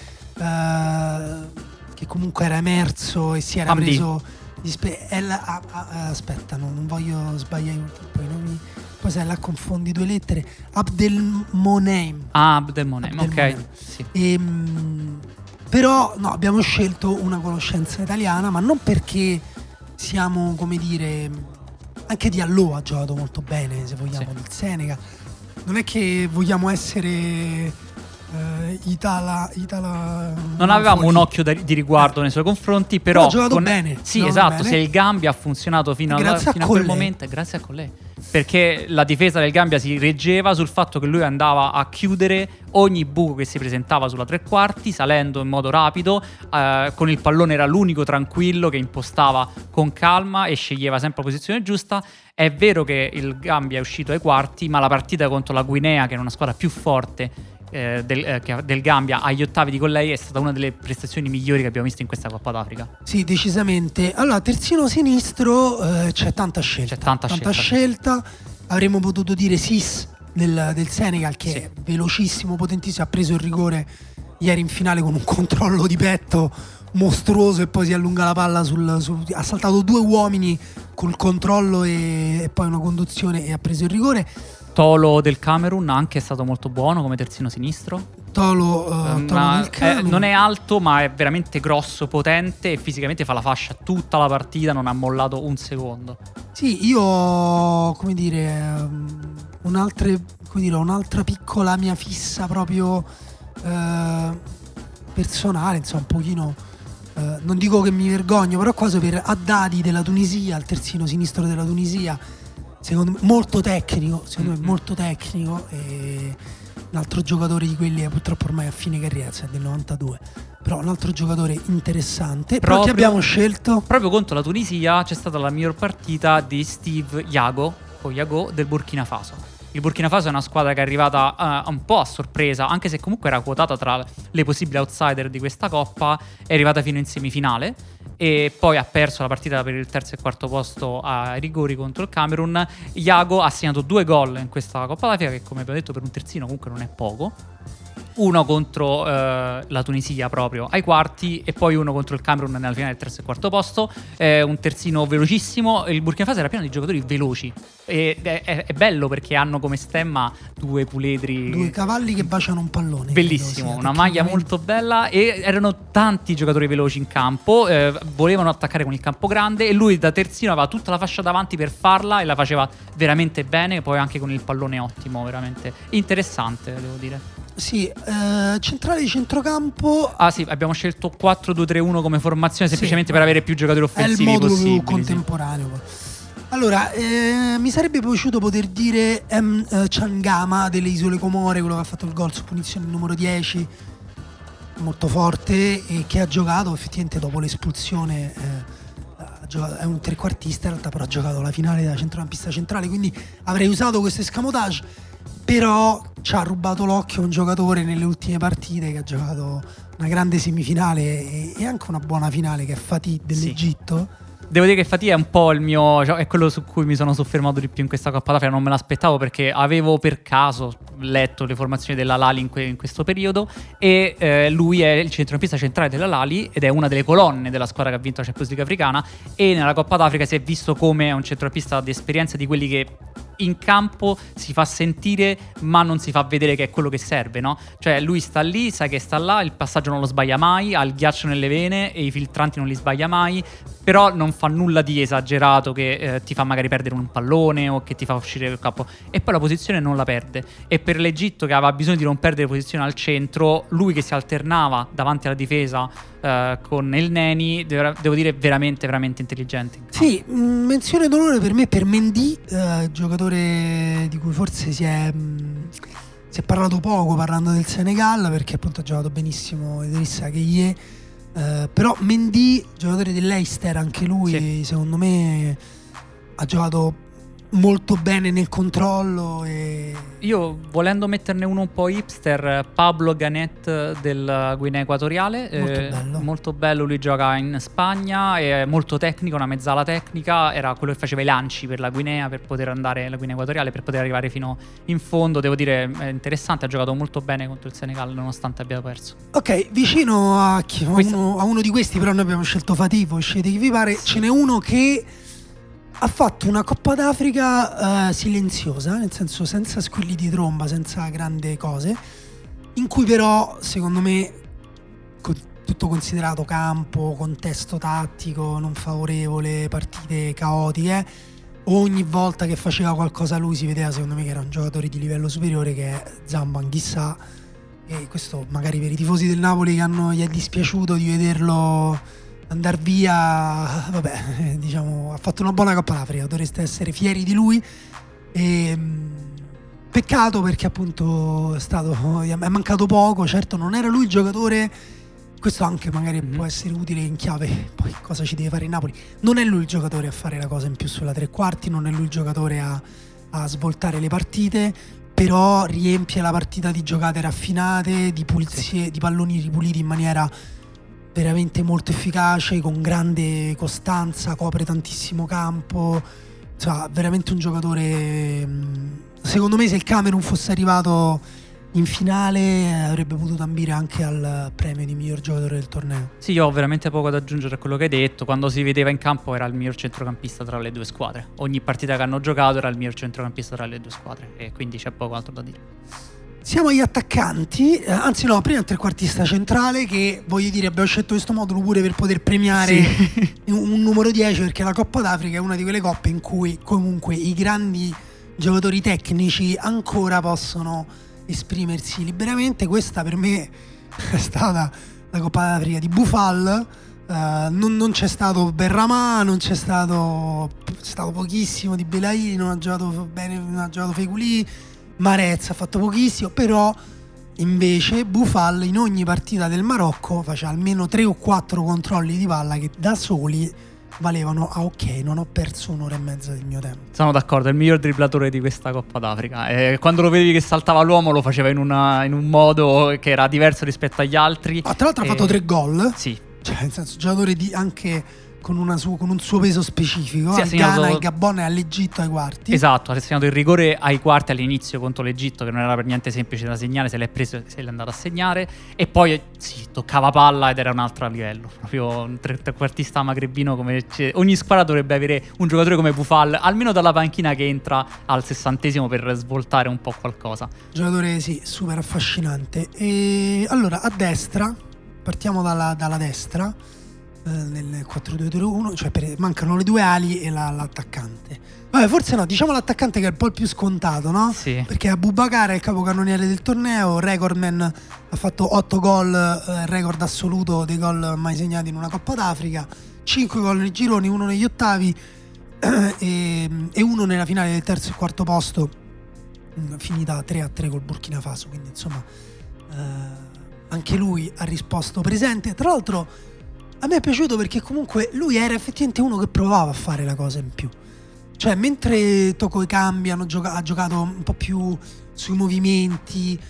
che comunque era emerso e si era preso aspetta, non voglio sbagliare poi i nomi. Poi se la confondi 2 lettere. Abdelmonem, ok. Sì. Però no, abbiamo scelto una conoscenza italiana, ma non perché siamo, come dire, anche Diallo ha giocato molto bene, se vogliamo, del Senegal. Non è che vogliamo essere non avevamo un occhio di riguardo nei suoi confronti, però ha giocato bene. Sì, esatto, se il Gambia ha funzionato fino a quel momento, grazie a Collè, perché la difesa del Gambia si reggeva sul fatto che lui andava a chiudere ogni buco che si presentava sulla tre quarti, salendo in modo rapido, con il pallone era l'unico tranquillo che impostava con calma e sceglieva sempre la posizione giusta. È vero che il Gambia è uscito ai quarti, ma la partita contro la Guinea, che è una squadra più forte del Gambia, agli ottavi di Collei, è stata una delle prestazioni migliori che abbiamo visto in questa Coppa d'Africa. Sì, decisamente. Allora, terzino sinistro c'è tanta scelta. Tanta scelta. Avremmo potuto dire Sis del Senegal, che è velocissimo, potentissimo, ha preso il rigore ieri in finale con un controllo di petto mostruoso, e poi si allunga la palla ha saltato 2 uomini col controllo e poi una conduzione, e ha preso il rigore. Tolo del Camerun anche è stato molto buono come terzino sinistro. Tolo del Camerun non è alto, ma è veramente grosso, potente, e fisicamente fa la fascia tutta la partita, non ha mollato un secondo. Sì, io come dire un'altra piccola mia fissa proprio personale, insomma, un pochino non dico che mi vergogno, però quasi per Haddadi della Tunisia, il terzino sinistro della Tunisia, secondo me molto tecnico, e un altro giocatore di quelli purtroppo ormai a fine carriera, cioè del 92, però un altro giocatore interessante. Però che abbiamo scelto proprio contro la Tunisia c'è stata la miglior partita di Steve Yago del Burkina Faso. Il Burkina Faso è una squadra che è arrivata un po' a sorpresa, anche se comunque era quotata tra le possibili outsider di questa Coppa. È arrivata fino in semifinale e poi ha perso la partita per il terzo e quarto posto ai rigori contro il Camerun. Yago ha segnato 2 gol in questa Coppa d'Africa, che come abbiamo detto per un terzino comunque non è poco. uno contro la Tunisia proprio ai quarti e poi uno contro il Camerun nella finale del terzo e quarto posto. Un terzino velocissimo. Il Burkina Faso era pieno di giocatori veloci e è bello perché hanno come stemma due puledri, due cavalli che baciano un pallone. Bellissimo, una maglia molto bella e erano tanti giocatori veloci in campo, volevano attaccare con il campo grande e lui da terzino aveva tutta la fascia davanti per farla e la faceva veramente bene, poi anche con il pallone ottimo, veramente interessante, devo dire. Sì, centrale di centrocampo. Ah sì, abbiamo scelto 4-2-3-1 come formazione semplicemente per avere più giocatori offensivi è il modulo possibili, più contemporaneo. Allora, mi sarebbe piaciuto poter dire Changama delle Isole Comore, quello che ha fatto il gol su punizione numero 10, molto forte, e che ha giocato effettivamente dopo l'espulsione, è un trequartista in realtà, però ha giocato la finale da centrocampista centrale, quindi avrei usato questo escamotage, però ci ha rubato l'occhio un giocatore nelle ultime partite che ha giocato una grande semifinale e anche una buona finale, che è Fatih dell'Egitto. Sì. Devo dire che Fatih è un po' il mio, cioè, è quello su cui mi sono soffermato di più in questa Coppa d'Africa. Non me l'aspettavo perché avevo per caso letto le formazioni dell'Al-Ahly in questo periodo e lui è il centrocampista centrale dell'Al-Ahly ed è una delle colonne della squadra che ha vinto la Champions League africana, e nella Coppa d'Africa si è visto come un centrocampista di esperienza, di quelli che in campo si fa sentire ma non si fa vedere che è quello che serve, no? Cioè lui sta lì, sai che sta là, il passaggio non lo sbaglia mai, ha il ghiaccio nelle vene e i filtranti non li sbaglia mai, però non fa nulla di esagerato che ti fa magari perdere un pallone o che ti fa uscire il campo, e poi la posizione non la perde. E per l'Egitto, che aveva bisogno di non perdere posizione al centro, lui che si alternava davanti alla difesa con il Neni, devo dire veramente veramente intelligente. Sì, menzione d'onore per me per Mendy, giocatore di cui forse si è parlato poco parlando del Senegal, perché appunto ha giocato benissimo Idrissa Gueye, però Mendy, giocatore dell'Leicester anche lui, sì, secondo me ha giocato molto bene nel controllo. E io, volendo metterne uno un po' hipster, Pablo Ganet del Guinea Equatoriale, molto bello, lui gioca in Spagna, è molto tecnico, una mezzala tecnica, era quello che faceva i lanci per la Guinea, per poter andare, la Guinea Equatoriale, per poter arrivare fino in fondo. Devo dire è interessante, ha giocato molto bene contro il Senegal nonostante abbia perso. Ok, vicino a uno di questi, però noi abbiamo scelto Fatih, voi scegliete chi vi pare. Ce n'è uno che ha fatto una Coppa d'Africa silenziosa, nel senso senza squilli di tromba, senza grandi cose, in cui però secondo me, tutto considerato campo, contesto tattico non favorevole, partite caotiche, ogni volta che faceva qualcosa lui si vedeva secondo me che era un giocatore di livello superiore, che è Zambo Anguissa. E questo magari per i tifosi del Napoli che gli è dispiaciuto di vederlo andar via, vabbè, diciamo, ha fatto una buona Coppa d'Africa, dovreste essere fieri di lui. Peccato perché appunto è mancato poco, certo non era lui il giocatore, questo anche magari può essere utile in chiave poi cosa ci deve fare il Napoli, non è lui il giocatore a fare la cosa in più sulla tre quarti, non è lui il giocatore a svoltare le partite, però riempie la partita di giocate raffinate, di pulizie, di palloni ripuliti in maniera veramente molto efficace, con grande costanza, copre tantissimo campo, insomma veramente un giocatore. Secondo me se il Camerun fosse arrivato in finale avrebbe potuto ambire anche al premio di miglior giocatore del torneo. Sì, io ho veramente poco da aggiungere a quello che hai detto. Quando si vedeva in campo era il miglior centrocampista tra le due squadre, ogni partita che hanno giocato era il miglior centrocampista tra le due squadre, e quindi c'è poco altro da dire. Siamo agli attaccanti, anzi no, prima il trequartista centrale, che voglio dire abbiamo scelto questo modulo pure per poter premiare un numero 10, perché la Coppa d'Africa è una di quelle coppe in cui comunque i grandi giocatori tecnici ancora possono esprimersi liberamente. Questa per me è stata la Coppa d'Africa di Boufal, non c'è stato Benrahma, c'è stato pochissimo di Belaïli, non ha giocato bene, non ha giocato Feghouli, Marez ha fatto pochissimo, però invece Boufal in ogni partita del Marocco faceva almeno 3 o 4 controlli di palla che da soli valevano ok, non ho perso un'ora e mezza del mio tempo. Sono d'accordo, è il miglior dribblatore di questa Coppa d'Africa, quando lo vedevi che saltava l'uomo lo faceva in un modo che era diverso rispetto agli altri. Tra l'altro ha fatto 3 gol, sì, cioè nel senso giocatore anche con un suo peso specifico, Sì, al Ghana, al Gabon e all'Egitto ai quarti. Esatto, ha segnato il rigore ai quarti all'inizio contro l'Egitto, che non era per niente semplice da segnare, se l'è preso e se l'è andato a segnare, e poi toccava palla ed era un altro livello, proprio un trequartista magrebino come ogni squadra dovrebbe avere un giocatore come Boufal, almeno dalla panchina, che entra al 60° per svoltare un po' qualcosa. Giocatore sì, super affascinante. E allora a destra, partiamo dalla destra, nel 4-2-3-1, cioè mancano le due ali e l'attaccante. Vabbè, forse no, diciamo l'attaccante che è un po' il più scontato, no? Sì. Perché Aboubakar è il capocannoniere del torneo, recordman, ha fatto 8 gol, record assoluto dei gol mai segnati in una Coppa d'Africa, 5 gol nei gironi, 1 negli ottavi e 1 nella finale del terzo e quarto posto, finita 3-3 col Burkina Faso, quindi insomma anche lui ha risposto presente. Tra l'altro a me è piaciuto perché comunque lui era effettivamente uno che provava a fare la cosa in più, cioè mentre Toko Ekambi ha giocato un po' più sui movimenti,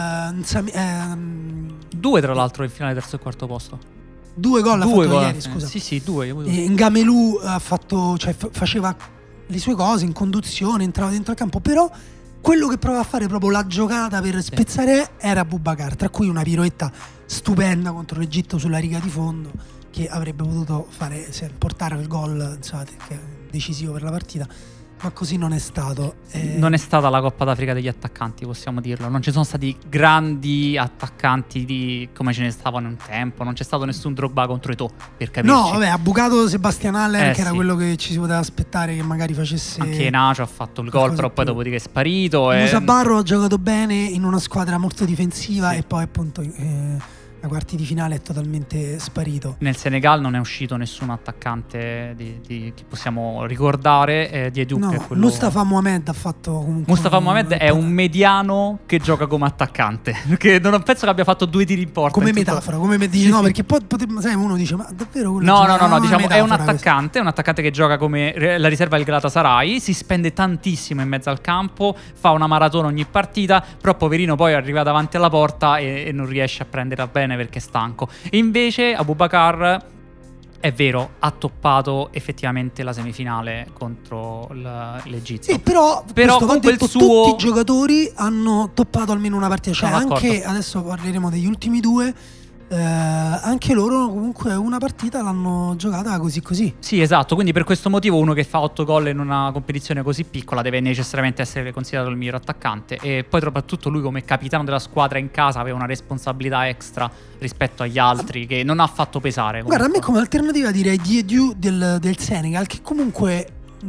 due tra l'altro in finale terzo e quarto posto, 2 gol ha fatto ieri, scusa. Sì, 2. Ngamelou ha fatto, cioè faceva le sue cose in conduzione, entrava dentro il campo, però quello che provava a fare proprio la giocata per spezzare era Aboubakar, tra cui una piroetta stupenda contro l'Egitto sulla riga di fondo che avrebbe potuto portare al gol, insomma, che è decisivo per la partita, ma così non è stato. Non è stata la Coppa d'Africa degli attaccanti, possiamo dirlo. Non ci sono stati grandi attaccanti come ce ne stavano un tempo. Non c'è stato nessun Drogba contro Eto'o, per capirci. No, vabbè, ha bucato Sebastian Haller, che era quello che ci si poteva aspettare che magari facesse. Anche Nacho ha fatto il gol, però poi dopodiché è sparito. Musa Barro ha giocato bene in una squadra molto difensiva, e poi appunto ai quarti di finale è totalmente sparito. Nel Senegal non è uscito nessun attaccante che possiamo ricordare. Di Edu, no, che è quello... Mustafa Mohamed ha fatto comunque. Mustafa Mohamed è un mediano che gioca come attaccante, perché non penso che abbia fatto 2 tiri in porta. Come metafora, come dici, no, perché poi sai, uno dice ma davvero quello no, diciamo è un attaccante che gioca come la riserva del Galatasaray, si spende tantissimo in mezzo al campo, fa una maratona ogni partita, però poverino poi arriva davanti alla porta e non riesce a prenderla bene perché è stanco. E invece Aboubakar, è vero, ha toppato effettivamente la semifinale contro l'Egitto. Sì, però comunque detto, tutti i giocatori hanno toppato almeno una partita, cioè anche adesso parleremo degli ultimi 2. Anche loro comunque una partita l'hanno giocata così. Sì, esatto, quindi per questo motivo uno che fa 8 gol in una competizione così piccola deve necessariamente essere considerato il miglior attaccante, e poi soprattutto lui come capitano della squadra in casa aveva una responsabilità extra rispetto agli altri che non ha fatto pesare comunque. Guarda, a me come alternativa direi Diédhiou del Senegal, che comunque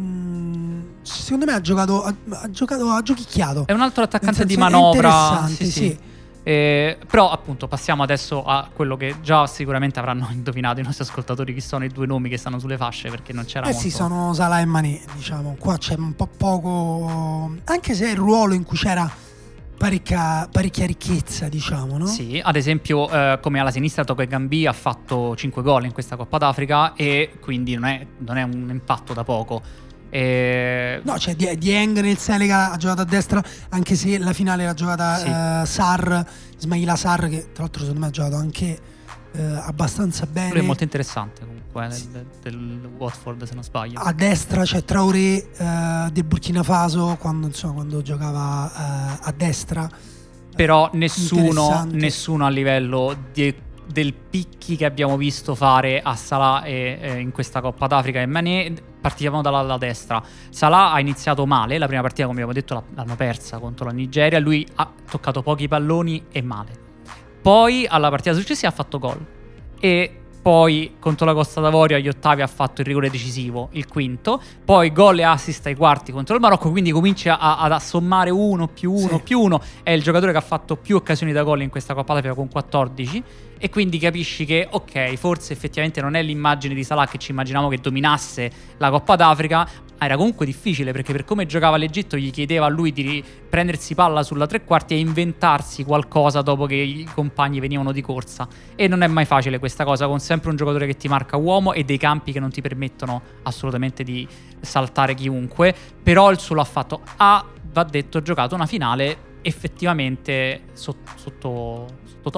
secondo me ha giochicchiato. È un altro attaccante di manovra. Interessante, sì. Però appunto passiamo adesso a quello che già sicuramente avranno indovinato i nostri ascoltatori, chi sono i 2 nomi che stanno sulle fasce, perché non c'era molto. Sì, sono Salah e Mané, diciamo. Qua c'è un po' poco, anche se è il ruolo in cui c'era parecchia ricchezza, diciamo, no? Sì, ad esempio come alla sinistra Toko Ekambi ha fatto 5 gol in questa Coppa d'Africa, e quindi non è un impatto da poco. No, c'è Dieng nel Senegal, ha giocato a destra, anche se la finale l'ha giocata Ismaila Sarr, che tra l'altro secondo me ha giocato anche abbastanza bene. Lui è molto interessante comunque, del Watford se non sbaglio. A destra c'è Traoré del Burkina Faso, quando giocava a destra. Però nessuno a livello del picchi che abbiamo visto fare a Salah in questa Coppa d'Africa e Mané. Partiamo dalla destra. Salah ha iniziato male, la prima partita come abbiamo detto l'hanno persa contro la Nigeria, lui ha toccato pochi palloni e male. Poi alla partita successiva ha fatto gol, e poi contro la Costa d'Avorio agli ottavi ha fatto il rigore decisivo, il quinto, poi gol e assist ai quarti contro il Marocco, quindi comincia a sommare 1 più 1 più 1. È il giocatore che ha fatto più occasioni da gol in questa Coppa d'Africa con 14, e quindi capisci che ok, forse effettivamente non è l'immagine di Salah che ci immaginavamo che dominasse la Coppa d'Africa. Era comunque difficile, perché per come giocava l'Egitto gli chiedeva a lui di prendersi palla sulla tre quarti e inventarsi qualcosa dopo che i compagni venivano di corsa, e non è mai facile questa cosa, con sempre un giocatore che ti marca uomo e dei campi che non ti permettono assolutamente di saltare chiunque. Però il suo l'ha fatto. Va detto, giocato una finale effettivamente sottotono.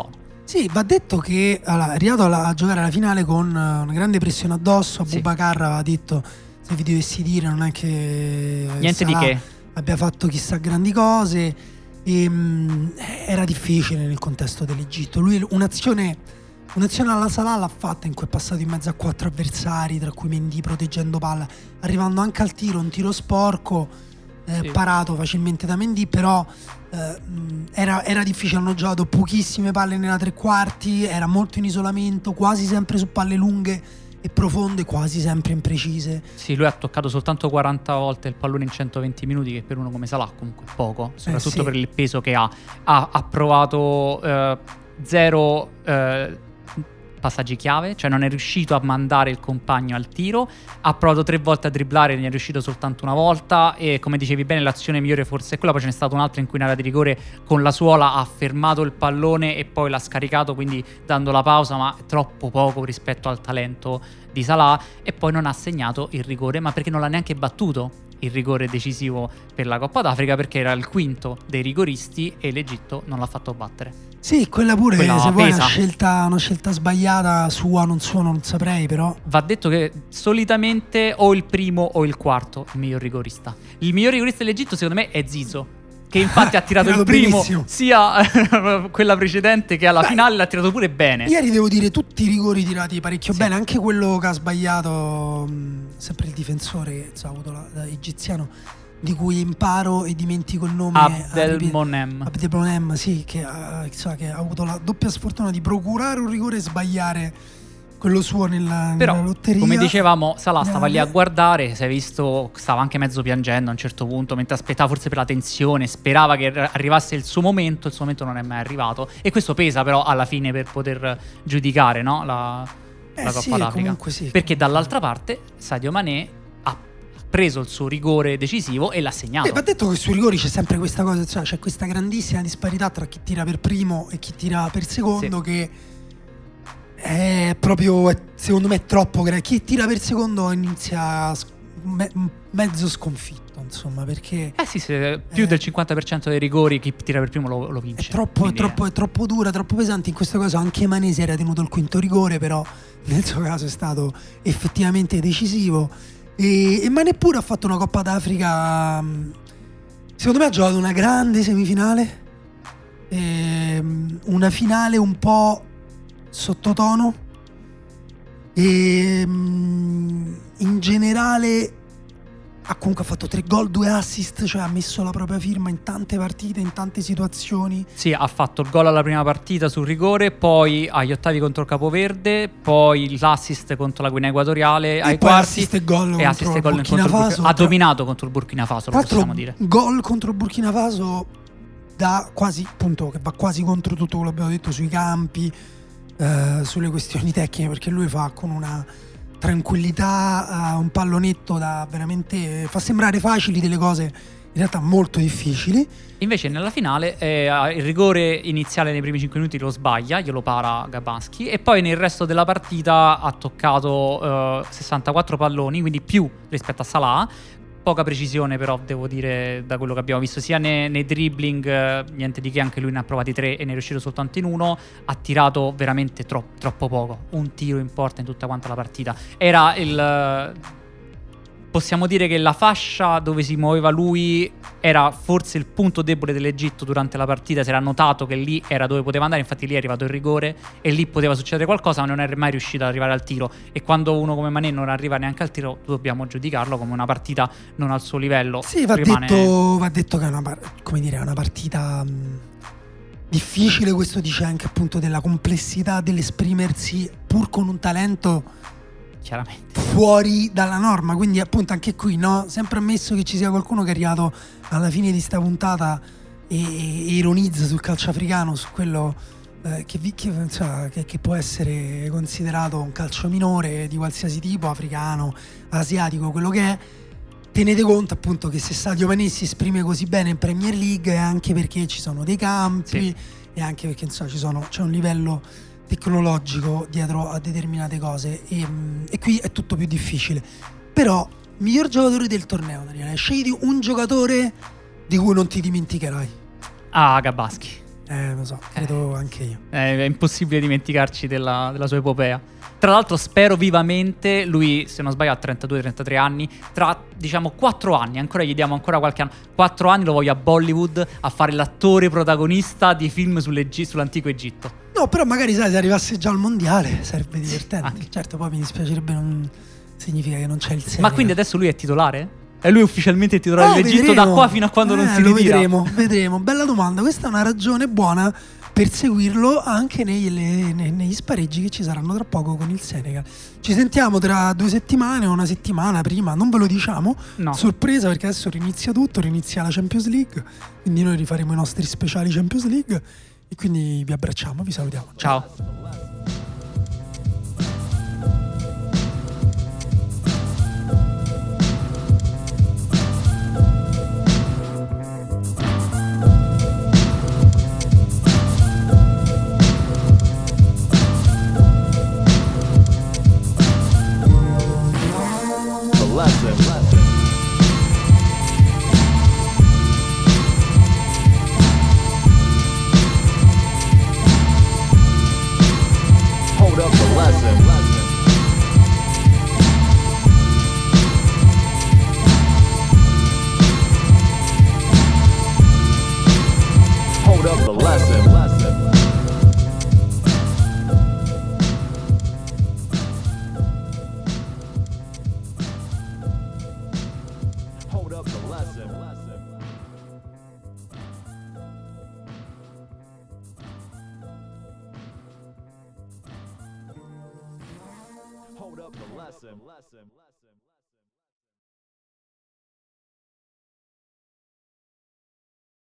Sì, va detto che è arrivato a giocare alla finale con una grande pressione addosso. Abubakar aveva detto: se vi dovessi dire, non è che niente di che abbia fatto chissà grandi cose. E, era difficile nel contesto dell'Egitto. Lui un'azione alla Salah l'ha fatta in cui è passato in mezzo a 4 avversari, tra cui Mendy proteggendo palla, arrivando anche al tiro, un tiro sporco, parato facilmente da Mendy, però era difficile. Hanno giocato pochissime palle nella tre quarti, era molto in isolamento, quasi sempre su palle lunghe e profonde, quasi sempre imprecise. Sì, lui ha toccato soltanto 40 volte il pallone in 120 minuti, che per uno come Salah comunque è poco, soprattutto per il peso che ha. Ha provato 0 passaggi chiave, cioè non è riuscito a mandare il compagno al tiro, ha provato 3 volte a dribblare, ne è riuscito soltanto una volta, e come dicevi bene l'azione migliore forse è quella. Poi ce n'è stata un'altra in cui in area di rigore con la suola ha fermato il pallone e poi l'ha scaricato, quindi dando la pausa, ma troppo poco rispetto al talento di Salah, e poi non ha segnato il rigore, ma perché non l'ha neanche battuto il rigore decisivo per la Coppa d'Africa, perché era il quinto dei rigoristi e l'Egitto non l'ha fatto battere. Sì, quella pure, se vuoi, è una scelta sbagliata, sua non saprei, però. Va detto che solitamente o il primo o il quarto il miglior rigorista. Il miglior rigorista dell'Egitto secondo me è Zizou, che infatti ha tirato il primo benissimo. Sia quella precedente che alla finale l'ha tirato pure bene. Ieri devo dire tutti i rigori tirati parecchio bene, anche quello che ha sbagliato sempre il difensore che ha avuto da egiziano, di cui imparo e dimentico il nome. Abdelmonem, sì, che ha avuto la doppia sfortuna di procurare un rigore e sbagliare quello suo nella lotteria. Come dicevamo, Salah stava lì a guardare, si è visto, stava anche mezzo piangendo a un certo punto, mentre aspettava, forse per la tensione, sperava che arrivasse il suo momento non è mai arrivato, e questo pesa però alla fine per poter giudicare, no? la Coppa d'Africa. Sì, perché dall'altra parte Sadio Mané ha preso il suo rigore decisivo e l'ha segnato. Va detto che sui rigori c'è sempre questa cosa, cioè c'è questa grandissima disparità tra chi tira per primo e chi tira per secondo, che è proprio, secondo me, è troppo chi tira per secondo inizia mezzo sconfitto, insomma, perché più del 50% dei rigori chi tira per primo lo vince. È troppo dura, troppo pesante. In questo caso anche Mané si era tenuto il quinto rigore, però nel suo caso è stato effettivamente decisivo. E Mané pure ha fatto una Coppa d'Africa, secondo me ha giocato una grande semifinale, una finale un po' sottotono, e in generale comunque ha fatto 3 gol, 2 assist, cioè ha messo la propria firma in tante partite, in tante situazioni. Sì, ha fatto il gol alla prima partita sul rigore, poi agli ottavi contro il Capoverde, poi l'assist contro la Guinea Equatoriale ai quarti, assist e gol contro il Burkina Faso. Ha dominato contro il Burkina Faso, lo possiamo dire. Gol contro il Burkina Faso da quasi, appunto, che va quasi contro tutto quello che abbiamo detto sui campi, sulle questioni tecniche, perché lui fa con una tranquillità un pallonetto da veramente fa sembrare facili delle cose in realtà molto difficili. Invece nella finale il rigore iniziale nei primi 5 minuti lo sbaglia, glielo para Gabanski, e poi nel resto della partita ha toccato 64 palloni, quindi più rispetto a Salah. Poca precisione però, devo dire, da quello che abbiamo visto sia nei dribbling, niente di che, anche lui ne ha provati 3 e ne è riuscito soltanto in 1. Ha tirato veramente troppo poco, un tiro in porta in tutta quanta la partita. Era possiamo dire che la fascia dove si muoveva lui era forse il punto debole dell'Egitto durante la partita. Si era notato che lì era dove poteva andare, infatti lì è arrivato il rigore e lì poteva succedere qualcosa, ma non è mai riuscito ad arrivare al tiro. E quando uno come Mané non arriva neanche al tiro, dobbiamo giudicarlo come una partita non al suo livello. Sì, va detto che è una partita difficile. Questo dice anche appunto della complessità dell'esprimersi pur con un talento chiaramente fuori dalla norma, quindi appunto anche qui, no? Sempre ammesso che ci sia qualcuno che è arrivato alla fine di sta puntata e ironizza sul calcio africano, su quello che può essere considerato un calcio minore di qualsiasi tipo, africano, asiatico, quello che è. Tenete conto appunto che se Sadio Mané si esprime così bene in Premier League è anche perché ci sono dei campi, e anche perché c'è un livello tecnologico dietro a determinate cose, e qui è tutto più difficile. Però miglior giocatore del torneo, Daniele, scegli un giocatore di cui non ti dimenticherai. Gabanski. Lo so, credo anche io. È impossibile dimenticarci della sua epopea. Tra l'altro spero vivamente, lui se non sbaglio ha 32-33 anni, tra diciamo 4 anni, ancora gli diamo ancora qualche anno, 4 anni lo voglio a Bollywood a fare l'attore protagonista di film sull'antico Egitto. No, però magari sai, se arrivasse già al mondiale sarebbe divertente. Anche. Certo, poi mi dispiacerebbe, non significa che non c'è il Senegal. Ma quindi adesso lui è titolare? È lui ufficialmente il titolare dell'Egitto da qua fino a quando non si ritira? Vedremo. Bella domanda. Questa è una ragione buona per seguirlo anche negli spareggi che ci saranno tra poco con il Senegal. Ci sentiamo tra 2 settimane o una settimana prima, non ve lo diciamo. No. Sorpresa, perché adesso rinizia tutto, rinizia la Champions League, quindi noi rifaremo i nostri speciali Champions League e quindi vi abbracciamo, vi salutiamo. Ciao. Hold up the lesson.